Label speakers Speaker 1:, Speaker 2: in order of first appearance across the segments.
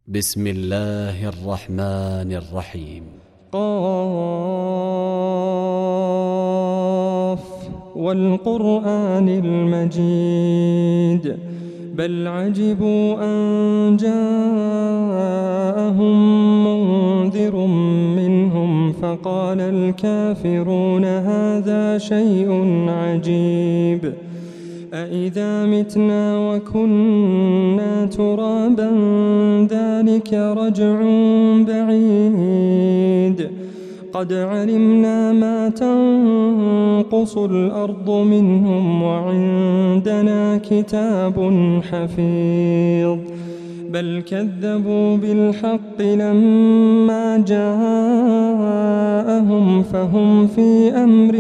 Speaker 1: بسم الله الرحمن الرحيم.
Speaker 2: قاف والقرآن المجيد بل عجبوا أن جاءهم منذر منهم فقال الكافرون هذا شيء عجيب أإذا متنا وكنا ترابا ذلك رجع بعيد قد علمنا ما تنقص الأرض منهم وعندنا كتاب حفيظ بل كذبوا بالحق لما جاءهم فهم في أمر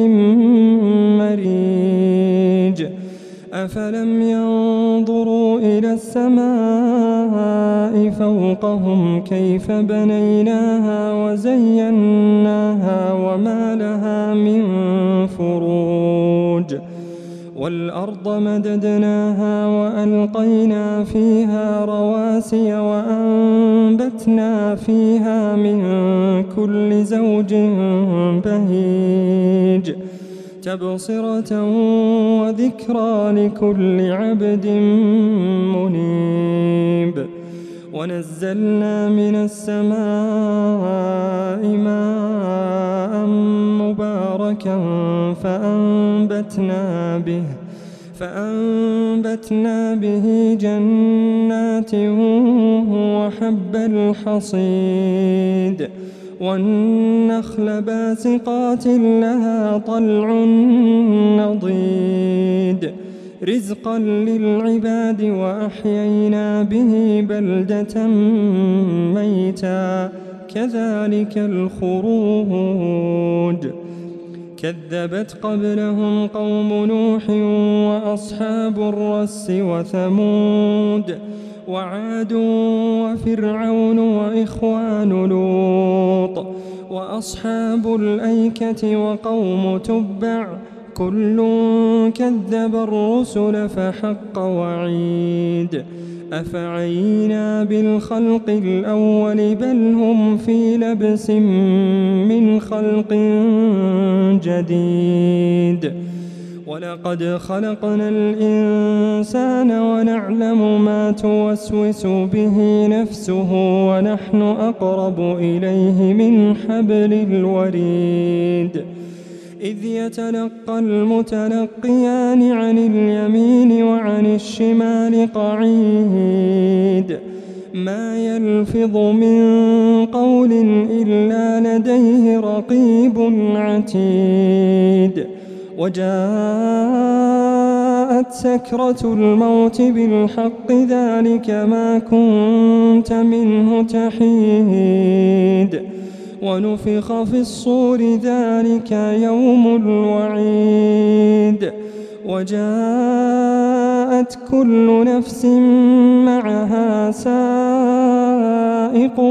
Speaker 2: مريج أفلم ينظروا إلى السماء فوقهم كيف بنيناها وزيناها وما لها من فروج والأرض مددناها وألقينا فيها رواسي وأنبتنا فيها من كل زوج بهيج تبصرة وذكرى لكل عبد منيب ونزلنا من السماء ماء مباركا فأنبتنا به جنات وحب الحصيد والنخل باسقات لها طلع نضيد رزقا للعباد وأحيينا به بلدة ميتا كذلك الخروج كذبت قبلهم قوم نوح وأصحاب الرس وثمود وعاد وفرعون وإخوان لوط وأصحاب الأيكة وقوم تبع كل كذب الرسل فحق وعيد أفعينا بالخلق الأول بل هم في لبس من خلق جديد ولقد خلقنا الإنسان ونعلم ما توسوس به نفسه ونحن أقرب إليه من حبل الوريد إذ يتلقى المتلقيان عن اليمين وعن الشمال قعيد ما يلفظ من قول إلا لديه رقيب عتيد وجاءت سكرة الموت بالحق ذلك ما كنت منه تحيد ونفخ في الصور ذلك يوم الوعيد وجاءت كل نفس معها سائق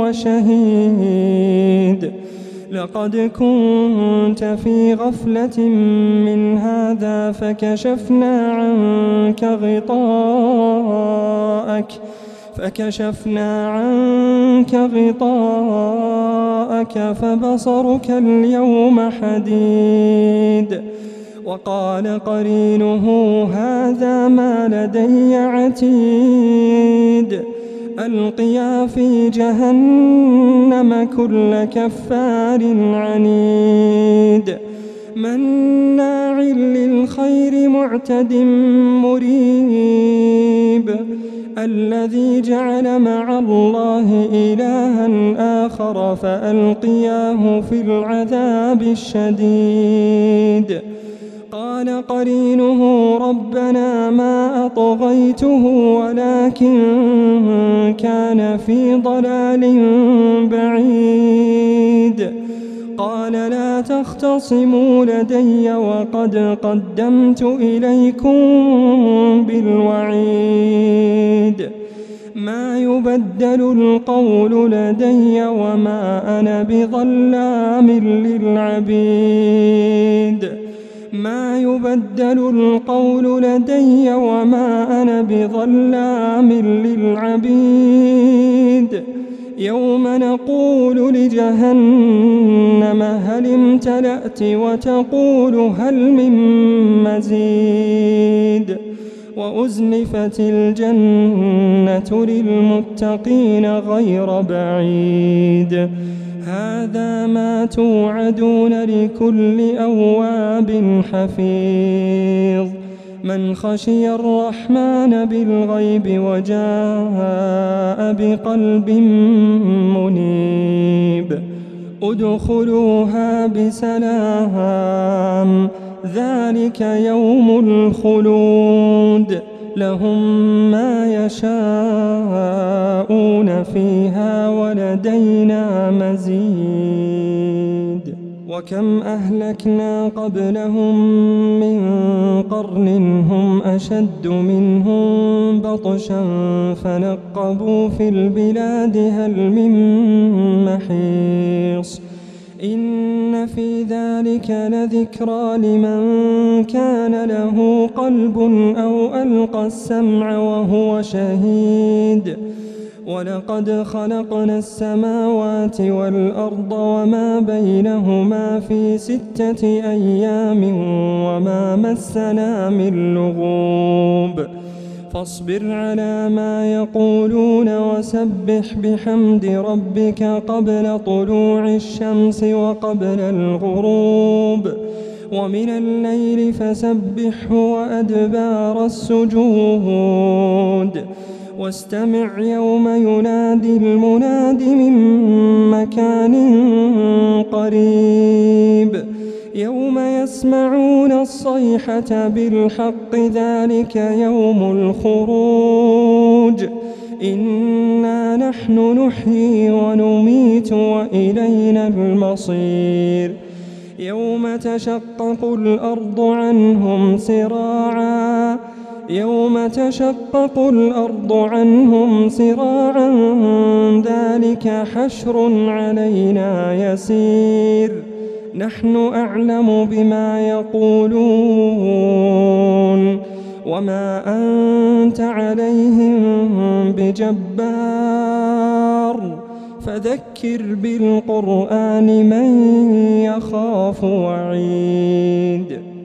Speaker 2: وشهيد لقد كنت في غفلة من هذا فكشفنا عنك غطاءك فبصرك اليوم حديد وقال قرينه هذا ما لدي عتيد ألقيا في جهنم كل كفار عنيد مناع للخير معتد مريب الذي جعل مع الله إلها آخر فألقياه في العذاب الشديد قال قرينه ربنا ما أطغيته ولكن كان في ضلال بعيد قال لا تختصموا لدي وقد قدمت إليكم بالوعيد ما يبدل القول لدي وما أنا بظلام للعبيد ما يبدل القول لدي وما أنا بظلام للعبيد يوم نقول لجهنم هل امتلأت وتقول هل من مزيد وأزلفت الجنة للمتقين غير بعيد هذا ما توعدون لكل أواب حفيظ من خشي الرحمن بالغيب وجاء بقلب منيب ادخلوها بسلام ذلك يوم الخلود لهم ما يشاءون فيها ولدينا مزيد وكم أهلكنا قبلهم من قرن هم أشد منهم بطشا فنقبوا في البلاد هل من محيص إن في ذلك لذكرى لمن كان له قلب أو ألقى السمع وهو شهيد ولقد خلقنا السماوات والأرض وما بينهما في 6 أيام وما مسنا من لغوب فاصبر على ما يقولون وسبح بحمد ربك قبل طلوع الشمس وقبل الغروب ومن الليل فسبحه وأدبار السجود واستمع يوم ينادي المناد من مكان قريب يوم يسمعون الصيحة بالحق ذلك يوم الخروج إنا نحن نحيي ونميت وإلينا المصير يوم تشقق الأرض عنهم سراعا ذلك حشر علينا يسير نحن أعلم بما يقولون وما أنت عليهم بجبار فذكر بالقرآن من يخاف وعيد